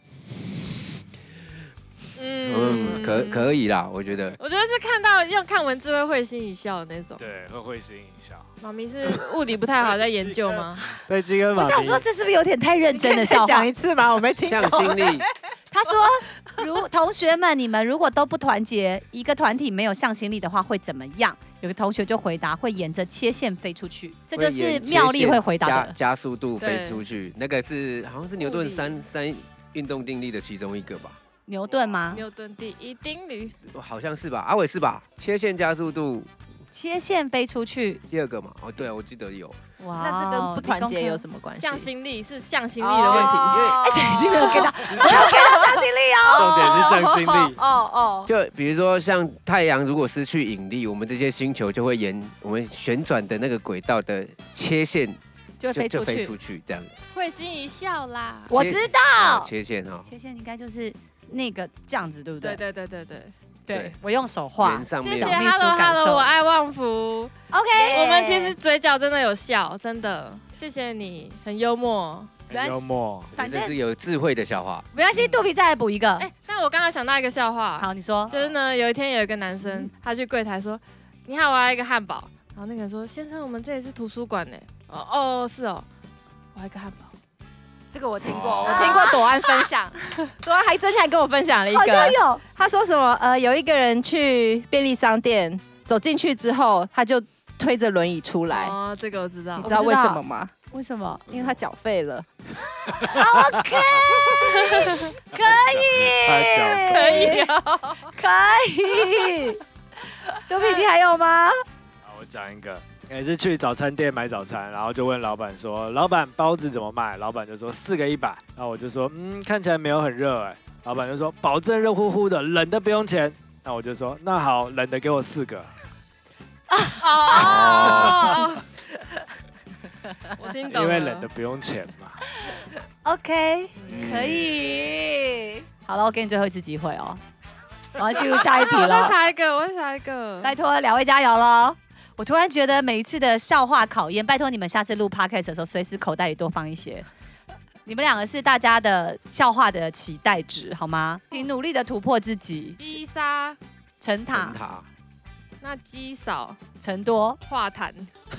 A: 嗯，可可以啦，我觉得。
E: 我觉得是看到用看文字会会心一笑的那种。
C: 对，会会心一笑。
E: 妈咪是物理不太好，在研究吗？
C: 飞机跟马咪
B: 我想说，这是不是有点太认真的笑话？
D: 讲一次吗？我没听
A: 向心力，
B: 他说：“如同学们，你们如果都不团结，一个团体没有向心力的话，会怎么样？”有个同学就回答：“会沿着切线飞出去。”这就是妙丽会回答
A: 加
B: 的。
A: 加速度飞出去，那个是好像是牛顿三三运动定律的其中一个吧？
B: 牛顿吗？
E: 牛顿第一定律。
A: 好像是吧？阿伟是吧？切线加速度
B: 切线飞出去。
A: 第二个嘛？哦，对啊，我记得有。
B: 哇
D: 那这跟不团结有
B: 么？
D: 什么关系？
E: 向心力是向心力的问题，因为
B: 哎，这已经没有给他，没有给他向心力哦。
C: 重点是向心力。
D: 哦哦，
A: 就比如说像太阳如果失去引力，我们这些星球就会沿我们旋转的那个轨道的切线
B: 就会飞出去。
A: 就飞出去这样子。
E: 会心一笑啦。
B: 我知道，
A: 切线哈，
B: 切线应该就是那个这样子，对不对？
E: 对对对对对。
A: 对
B: 我用手画
A: 圆。上面
E: 谢谢
B: 小秘书
E: Hello
B: 感受
E: Hello， 我爱旺福。
B: OK，
E: 我们其实嘴角真的有笑，真的，谢谢你，很幽默。
C: 很幽默。
B: 反正
A: 这是有智慧的笑话。
B: 没关系，肚皮再来补一个。
E: 哎，但我刚刚想到一个笑话，
B: 好，你说。
E: 就是呢，有一天有一个男生，他去柜台说：“你好，我要一个汉堡。”然后那个人说：“先生，我们这里是图书馆呢。”哦哦，是哦，我要一个汉堡。
D: 这个我听过，我听过朵安分享，朵安还真还跟我分享了一
B: 好像
D: 个，
B: 有。
D: 他说什么？呃，有一个人去便利商店，走进去之后，他就推着轮椅出来，
E: 哦，这个我知道。
D: 你知道为什么吗？
B: 为什么
D: 因为他缴费了。
B: ？OK，可以，
C: 他讲
E: 可以哦。
B: 可以。肚皮，你还有吗？
C: 好，我讲一个，也是去早餐店买早餐，然后就问老板说：“老板，包子怎么卖？”老板就说：“四个一百。”然后我就说：“嗯，看起来没有很热哎。”老板就说：“保证热乎乎的，冷的不用钱。”那我就说：“那好，冷的给我四个。”
E: 哦，我听懂了。
C: 因为冷的不用钱嘛。
B: OK， 可以。好了，我给你最后一次机会哦，我要进入下一题
E: 我再
B: 了。
E: 查一个，我再查一个。
B: 拜托两位加油喽！我突然觉得每一次的笑话考验，拜托你们下次录 podcast 的时候，随时口袋里多放一些。你们两个是大家的笑话的期待值，好吗？请努力的突破自己。
E: 鸡沙，
B: 陈塔
A: 灯、塔，
E: 那鸡少，
B: 陈多，
E: 化痰。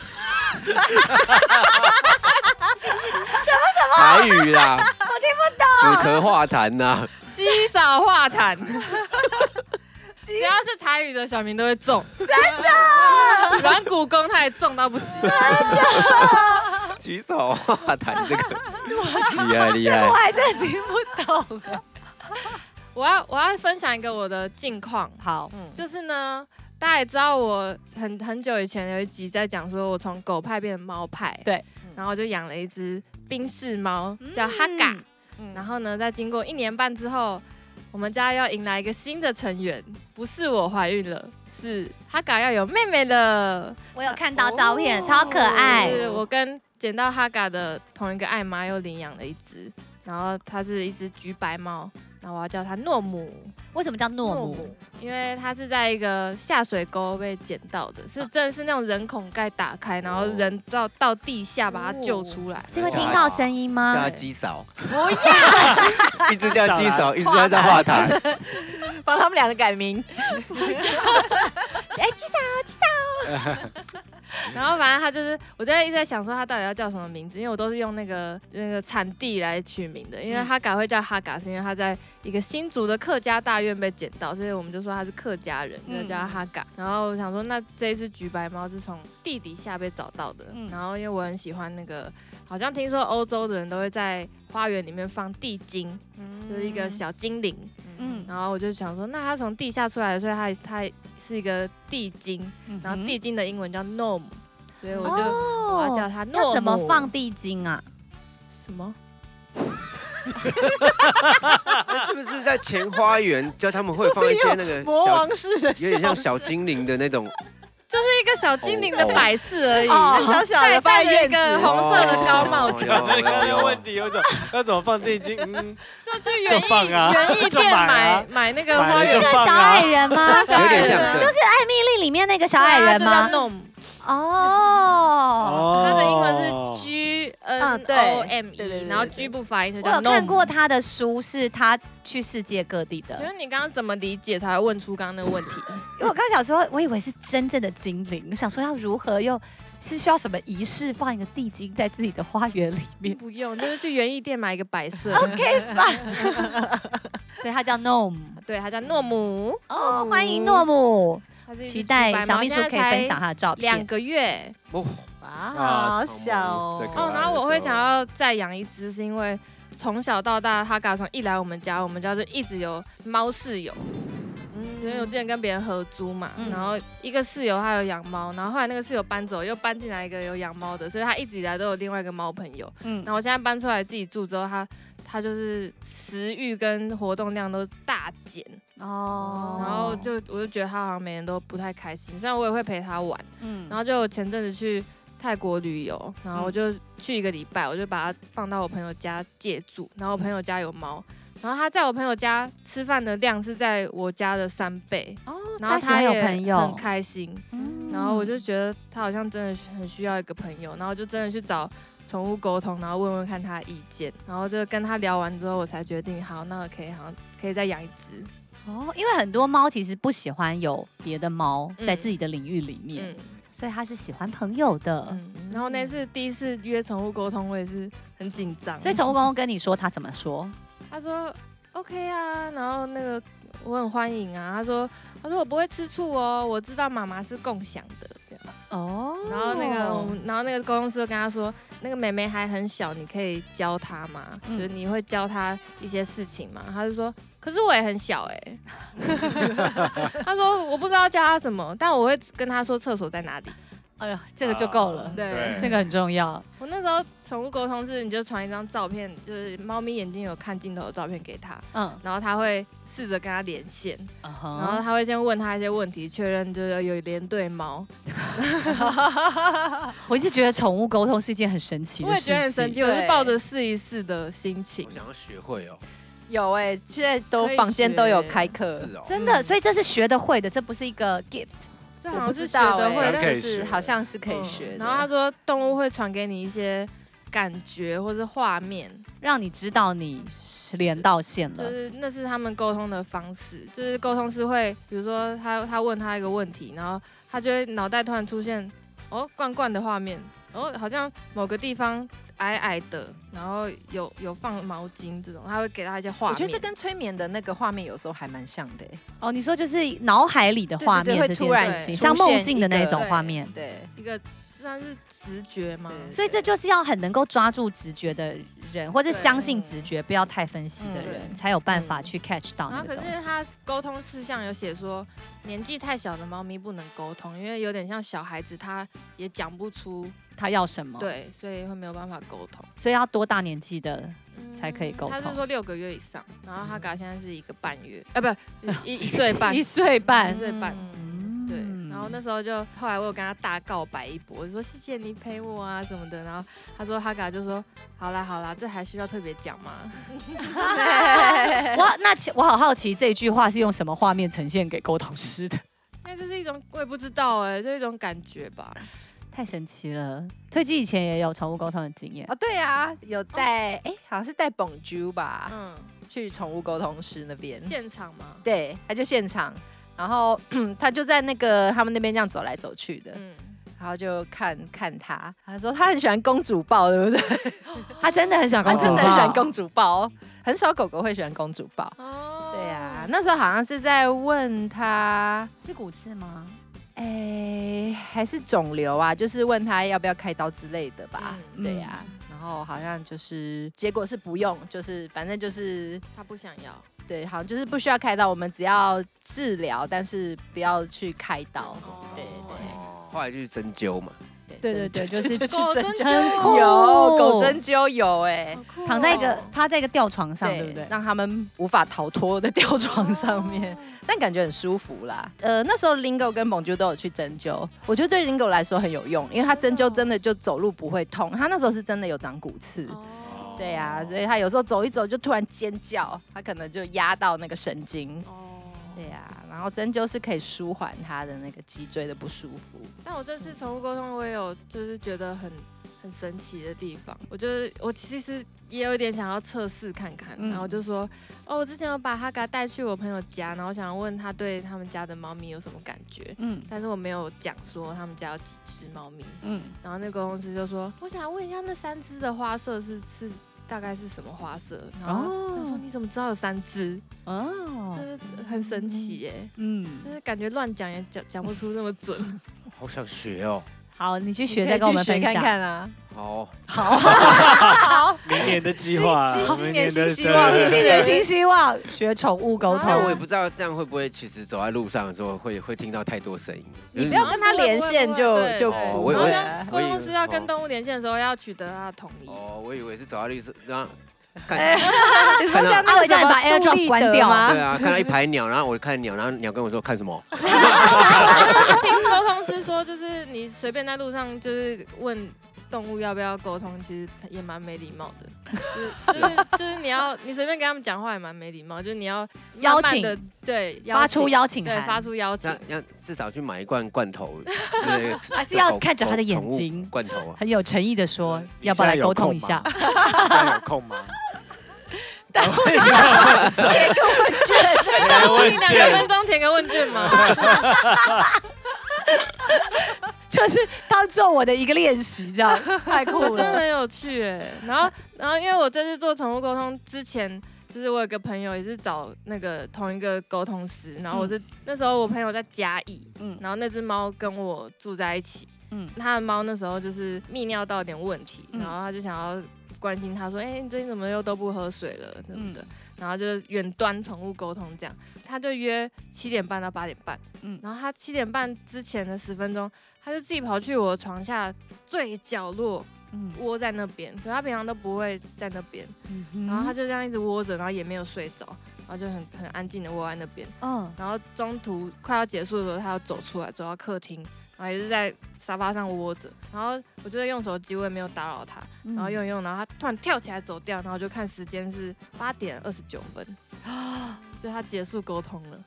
A: 台语啦，我听不懂。止咳化痰呐，
E: 鸡少化痰。只要是台语的小明都会中，真的。软骨功他也中到不行，
A: 举手化痰这个厉害厉害
B: 我。还真的听不懂。
E: 我要我要分享一个我的近况，
B: 好，
E: 就是呢，大家也知道我很很久以前有一集在讲说我从狗派变成猫派，
B: 对，
E: 然后我就养了一只宾士猫叫哈嘎，然后呢，在经过一年半之后，我们家要迎来一个新的成员，不是我怀孕了，是哈嘎要有妹妹了。
B: 我有看到照片，超可爱。
E: 是我跟捡到哈嘎的同一个爱妈又领养了一只，然后它是一只橘白猫，然后我要叫它诺姆。
B: 为什么叫诺姆？
E: 因为它是在一个下水沟被捡到的，是真的是那种人孔盖打开，然后人到到地下把它救出来。
B: 是因为听到声音
A: 叫
B: 吗
A: 他？鸡嫂，
E: 不要，
A: 一直叫鸡嫂，一直在在化痰。
D: 帮他们两个改名。
E: 哎，鸡嫂，鸡嫂。然后反正他就是，我在一直在想说他到底要叫什么名字，因为我都是用那个那个产地来取名的。因为哈嘎会叫哈嘎，是因为他在一个新竹的客家大院被捡到，所以我们就说他是客家人，就叫他哈嘎。然后我想说，那这一只橘白猫是从地底下被找到的。然后因为我很喜欢那个，好像听说欧洲的人都会在花园里面放地精，就是一个小精灵。嗯，然后我就想说，那它从地下出来的，所以它它是一个地精，然后地精的英文叫 gnome， 所以我就、哦、我要叫它 gnome。
B: 要怎么放地精啊？
E: 什么？
A: 是不是在前花园，就他们会放一些那个
D: 魔
A: 小，
D: 王式的，
A: 有点像小精灵的那种，
E: 就是一个小精灵的摆饰而已，
D: 哦小小的
E: 戴着一
D: 放在院子
E: 个红色的高帽子。
A: 有有有有
C: 问题有种要怎么放地精？嗯，
E: 就去园
C: 就放
E: 艺
C: 啊
E: 园艺店
C: 就买啊
E: 买买那个
C: 买了
E: 花园
C: 就放
B: 那个小矮人吗？
E: 小矮人
A: 有点像，
B: 就是艾米丽里面那个小矮人吗？
E: 对啊就叫 gnome，
B: 哦，
E: 它的英文是 G N O M
D: 对对对
E: E，
D: 对
E: 然后 G 不发音就
B: 我
E: 叫
B: 有看
E: gnome。
B: 过他的书，是他去世界各地的。
E: 请问你刚刚怎么理解才会问出刚刚那个问题？
B: 因为我刚想说，我以为是真正的精灵，我想说要如何又是需要什么仪式放一个地精在自己的花园里面
E: 不用，就是去园艺店买一个摆设。
B: ？OK 吧？所以它叫 gnome。
E: 对，它叫诺姆。
B: 哦，欢迎诺姆，
E: 它是一只
B: 期待
E: 橘白猫
B: 小秘书可以分享他的照
E: 两
B: 片。
E: 个月
A: 哦，
D: 哇，
C: 啊
D: 好小哦
C: 这。个
E: 哦，然后我会想要再养一只，是因为从小到大，哈嘎从一来我们家，我们家就一直有猫室友。因为我之前跟别人合租嘛，
B: 嗯
E: 然后一个室友他有养猫，然后后来那个室友搬走，又搬进来一个有养猫的，所以他一直以来都有另外一个猫朋友。
B: 嗯
E: 然后我现在搬出来自己住之后，他他就是食欲跟活动量都大减，
B: 哦
E: 然后就我就觉得他好像每天都不太开心，虽然我也会陪他玩，
B: 嗯
E: 然后就前阵子去泰国旅游，然后我就去一个礼拜，我就把它放到我朋友家借住，然后我朋友家有猫，然后他在我朋友家吃饭的量是在我家的三倍，
B: 哦，
E: 然后
B: 他喜欢有
E: 也
B: 朋友
E: 很，开心，
B: 嗯
E: 然后我就觉得他好像真的很需要一个朋友，然后就真的去找宠物沟通，然后问问看他的意见，然后就跟他聊完之后，我才决定好，那我可以好像可以再养一只。
B: 哦，因为很多猫其实不喜欢有别的猫
E: 嗯
B: 在自己的领域里面，
E: 嗯
B: 所以它是喜欢朋友的。
E: 嗯，然后那次第一次约宠物沟通，我也是很紧张，
B: 所以宠物公公跟你说他怎么说？
E: 他说 OK 啊，然后那个我很欢迎啊，他说他说我不会吃醋哦，我知道妈妈是共享的这样。
B: 哦
E: 然后那个我们，然后那个沟通师就跟他说，那个妹妹还很小，你可以教她吗？
B: 嗯
E: 就是你会教她一些事情吗？他就说，可是我也很小哎、他说我不知道教她什么，但我会跟她说厕所在哪里。
B: 哎呀，这个就够了，
D: 对
B: 这个很重要。
E: 我那时候宠物沟通是，你就传一张照片，就是猫咪眼睛有看镜头的照片给他，
B: 嗯，
E: 然后他会试着跟他连线，
B: 然
E: 然后他会先问他一些问题，确认就是有连对猫。
B: 我一直觉得宠物沟通是一件很神奇的
E: 我也
B: 事情，
E: 觉得很神奇，我是抱着试一试的心情
A: 我。想要学会哦。
D: 有哎，现在都
E: 可以
D: 房间都有
E: 学
D: 开课。
A: 是哦。
B: 真的，所以这是学得会的，这不是一个 gift。
D: 我不
E: 这好像是
D: 知道哎，
E: 学得会，
C: 可以
E: 但是
C: 学
D: 就是好像是可以学的。
E: 嗯然后他说，动物会传给你一些感觉或是画面，
B: 让你知道你是连到线了。
E: 就是那是他们沟通的方式。就是沟通是会，比如说他他问他一个问题，然后他就会脑袋突然出现哦罐罐的画面，哦好像某个地方矮矮的，然后有有放毛巾这种，他会给他一些画面。
D: 我觉得这跟催眠的那个画面有时候还蛮像的欸。
B: 哦，你说就是脑海里的画面
D: 对对对
B: 这件
D: 会突然
B: 事情，
D: 出
B: 像梦
D: 现一
B: 境的那
D: 个
B: 种画面。
D: 对，
E: 一个算是直觉吗？
D: 对
B: 所以这就是要很能够抓住直觉的人，或者
E: 对
B: 相信直觉，不要太分析的
D: 嗯
B: 人，
E: 对
B: 才有办法去 catch 到
E: 然后可
B: 那个东西。
E: 是他沟通事项有写说，年纪太小的猫咪不能沟通，因为有点像小孩子，他也讲不出，
B: 他要什么？，
E: 对，所以会没有办法沟通。
B: 所以要多大年纪的？才可以沟通
E: 他是说六个月以上，然后哈嘎现在是一个半月，啊，不，一一岁半，
B: 一岁半
E: 一。岁半。
B: 嗯
E: 对，然后那时候就后来我有跟他大告白一波，我就说谢谢你陪我啊什么的，然后他说哈嘎就说好啦好啦，这还需要特别讲吗？
B: 我那其我好好奇这句话是用什么画面呈现给沟通师的？
E: 因为这是一种我也不知道哎、就一种感觉吧。
B: 太神奇了！推机以前也有宠物沟通的经验
D: 哦，对啊，有带哎，好像是带 Bonjour 吧，
E: 嗯，
D: 去宠物沟通师那边。
E: 现场吗？
D: 对，他就现场，然后他就在那个他们那边这样走来走去的，
E: 嗯，
D: 然后就看看他，他说他很喜欢公主抱，对不对？
B: 他真的很喜欢
D: 他
B: 公主
D: 真的很喜欢
B: 抱
D: 公主抱，很少狗狗会喜欢公主抱。
E: 哦，
D: 对啊，那时候好像是在问他，
B: 是骨刺吗？
D: 哎，还是肿瘤啊，就是问他要不要开刀之类的吧。
E: 嗯
D: 对呀、然后好像就是结果是不用，就是反正就是
E: 他不想要。
D: 对，好像就是不需要开刀，我们只要治疗，但是不要去开刀。
E: 哦
D: 对对
A: 哦，后来就是针灸嘛。
B: 对对对，就是
E: 狗针灸
B: 很酷
D: 有狗针灸有哎、
E: 好酷哦
B: 躺在一个趴在一个吊床上，对不对？
D: 让他们无法逃脱的吊床上面，但感觉很舒服啦。呃，那时候 Lingo 跟 Bonjour 都有去针灸，我觉得对 Lingo 来说很有用，因为他针灸真的就走路不会痛，他那时候是真的有长骨刺。
E: 哦
D: 对呀、所以他有时候走一走就突然尖叫，他可能就压到那个神经。
E: 哦，
D: 对呀、然后针灸是可以舒缓他的那个脊椎的不舒服。
E: 但我这次宠物沟通，我也有就是觉得很很神奇的地方。我就是我其实也有点想要测试看看，
B: 嗯
E: 然后就说，哦，我之前有把哈嘎带去我朋友家，然后想问他对他们家的猫咪有什么感觉，
B: 嗯
E: 但是我没有讲说他们家有几只猫咪。
B: 嗯，
E: 然后那个沟通师就说，我想问一下，那三只的花色是是大概是什么花色？然后
B: 哦
E: 他说你怎么知道有三只？
B: 哦
E: 就，是很神奇耶、
B: 嗯，
E: 就是感觉乱讲也讲讲不出那么准。
A: 好想学哦。
B: 好，你去
D: 你可以
B: 学再跟我们
D: 去学看
B: 分享。
D: 看啊。
A: 好，
D: 好，
C: 明年的计划，
D: 新新
C: 明
D: 年新希
C: 对
D: 望
C: 对对
B: 新年新希望，学宠物沟
A: 但我也
B: 通。
A: 不知道这样会不会，其实走在路上的时候会会听到太多声音。
D: 你不要跟他连线就
E: 对
D: 就
A: 哦
D: 不
A: 我以为
D: 会了。
E: 沟通师要跟动物连线的时候，要取得他的同意。
A: 哦，我以为是走在路上，然后看，
D: 你说像那个
B: 他会叫你把
D: 什么
B: AirDrop
D: 杜立德
B: 关掉
D: 吗
A: 对？啊，看到一排鸟，然后我看鸟，然后鸟跟我说看什么？
E: 听沟通师说，就是你随便在路上就是问动物要不要沟通，其实也蛮没礼貌的。就是就是就是你要你随便跟他们讲话也蛮没礼貌，就是你要
B: 邀请
E: 慢慢的对邀
B: 发出
E: 请
B: 邀请函，
E: 对发出邀请
A: 那。要至少去买一罐罐头之类的，
B: 还是要看着他的眼睛
A: 宠物罐头啊。
B: 很有诚意的说，
C: 你
B: 要不要来
C: 现在有
B: 沟通一下？
C: 现在有空吗？
B: 但
C: 问
E: 你两个分钟填个问卷吗？
B: 就是当做我的一个练习，这样太酷了。
E: 真的很有趣哎。然后，然后因为我这次做宠物沟通之前，就是我有个朋友也是找那个同一个沟通师，然后我是、那时候我朋友在嘉义，
B: 嗯
E: 然后那只猫跟我住在一起，
B: 嗯
E: 他的猫那时候就是泌尿道有点问题，
B: 嗯
E: 然后他就想要关心他说，哎、你最近怎么又都不喝水了什么的，
B: 嗯
E: 然后就远端宠物沟通这样，他就约七点半到八点半，
B: 嗯
E: 然后他七点半之前的十分钟， 他就自己跑去我的床下最角落
B: 嗯
E: 窝在那边，可是他平常都不会在那边，
B: 嗯
E: 然后他就这样一直窝着，然后也没有睡着，然后就很很安静的窝在那边。
B: 嗯
E: 然后中途快要结束的时候，他要走出来，走到客厅，然后也是在沙发上窝着。然后我就在用手机，我也没有打扰他。
B: 嗯
E: 然后用一用，然后他突然跳起来走掉，然后就看时间是八点二十九分，就他结束沟通了。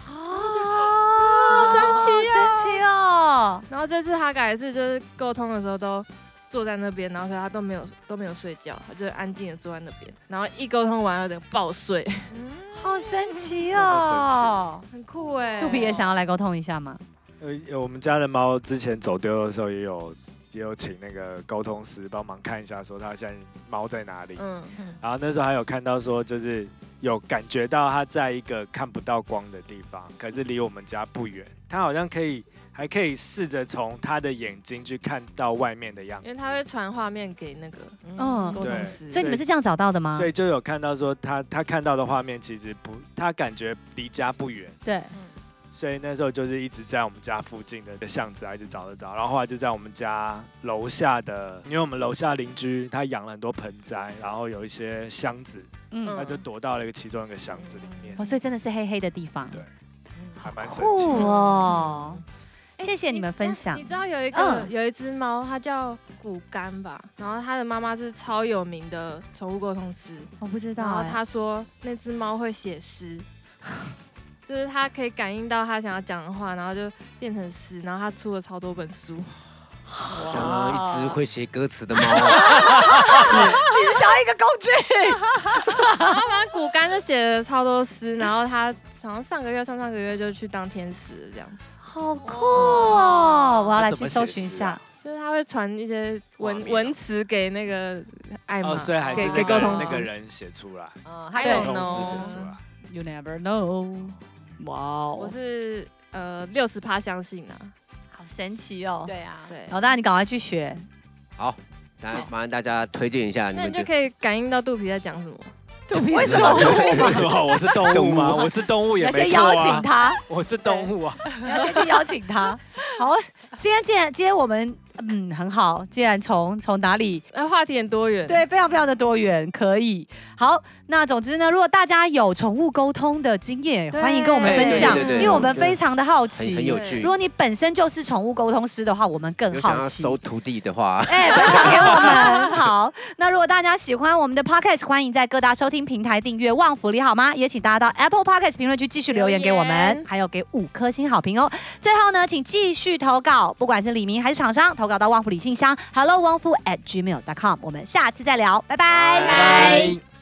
B: 好
E: 神奇
B: 哦，神奇哦。
E: 然后这次哈嘎也是，就是沟通的时候都坐在那边，然后可是他都没有都没有睡觉，他就安静的坐在那边。然后一沟通完有点爆睡，
B: 好神奇哦！
E: 很酷哎。
B: 肚皮也想要来沟通一下吗？
C: 呃，我们家的猫之前走丢的时候，也有也有请那个沟通师帮忙看一下，说它现在猫在哪里。
E: 嗯，
C: 然后那时候还有看到说，就是有感觉到它在一个看不到光的地方，可是离我们家不远。它好像可以，还可以试着从它的眼睛去看到外面的样子，
E: 因为他会传画面给那个
B: 嗯
E: 沟通师，
B: 所以你们是这样找到的吗？
C: 所以就有看到说它它看到的画面其实不，它感觉离家不远。
B: 对，
C: 所以那时候就是一直在我们家附近的巷子啊，一直找着找，然后后来就在我们家楼下的，因为我们楼下邻居他养了很多盆栽，然后有一些箱子，
B: 嗯，
C: 他就躲到了一个其中一个箱子里面，
B: 哦，所以真的是黑黑的地方，
C: 对还蛮神奇
B: 酷
C: 的。
B: 哦。谢谢你们分享
E: 你。知道有一个、
B: 嗯
E: 有一只猫，它叫骨干吧，然后它的妈妈是超有名的宠物沟通师，
B: 我不知道
E: 然后
B: 哎，
E: 他说那只猫会写诗，就是它可以感应到它想要讲的话，然后就变成诗，然后它出了超多本书。
A: 想要一只会写歌词的猫，
B: 你是想要一个工具？
E: 然后反正骨干就写了超多诗，然后他好像上个月、上上个月就去当天使了这样子。
B: 好酷哦！我要来
C: 怎么
B: 去搜
C: 写诗
B: 寻一下
C: 啊。
E: 就是他会传一些文
C: 画面哦
E: 文词给那个艾玛，
C: 哦，所以还是
E: 给
C: 那个
E: 给沟通师。
C: 那个人写出来，
D: 嗯，
E: 还
D: 还有
E: 有
C: 沟通师
E: no
C: 写出来。
B: You never know。哇哦，
E: 我是呃六十趴相信啊，
B: 好神奇哦。
D: 对啊，
E: 对，
B: 老大，你赶快去学。
A: 好，来麻烦大家推荐一下你们觉得
E: 那你就可以感应到肚皮在讲什么。
B: 肚皮
A: 为什么
C: 为什么我是动物吗？我是动物
B: 你
C: 也
B: 要先邀
C: 没错啊。
B: 请他，
C: 我是动物啊。
B: 你要先去邀请他。好，今天既然今天我们嗯很好，既然从从哪里
E: 呃，话题很多元。
B: 对，非常非常的多元，可以。好，那总之呢，如果大家有宠物沟通的经验，
E: 对
B: 欢迎跟我们分享，
A: 对对对对
B: 因为我们非常的好
A: 很
B: 奇。
A: 很有趣
B: 如。果你本身就是宠物沟通师的话，我们更
A: 有想
B: 好奇。
A: 要收徒弟的话，
B: 哎，分享给我们。好，那如果大家喜欢我们的 podcast，欢迎在各大收听平台订阅旺福利好吗？也请大家到 Apple Podcast 评论区继续留言给我
E: 留
B: 们
E: 言，
B: 还有给五颗星好评哦。最后呢，请继续投稿，不管是李明还是厂商，投稿到旺福理信箱 hello 旺福 at gmail dot com。我们下次再聊，拜拜。
C: 拜拜。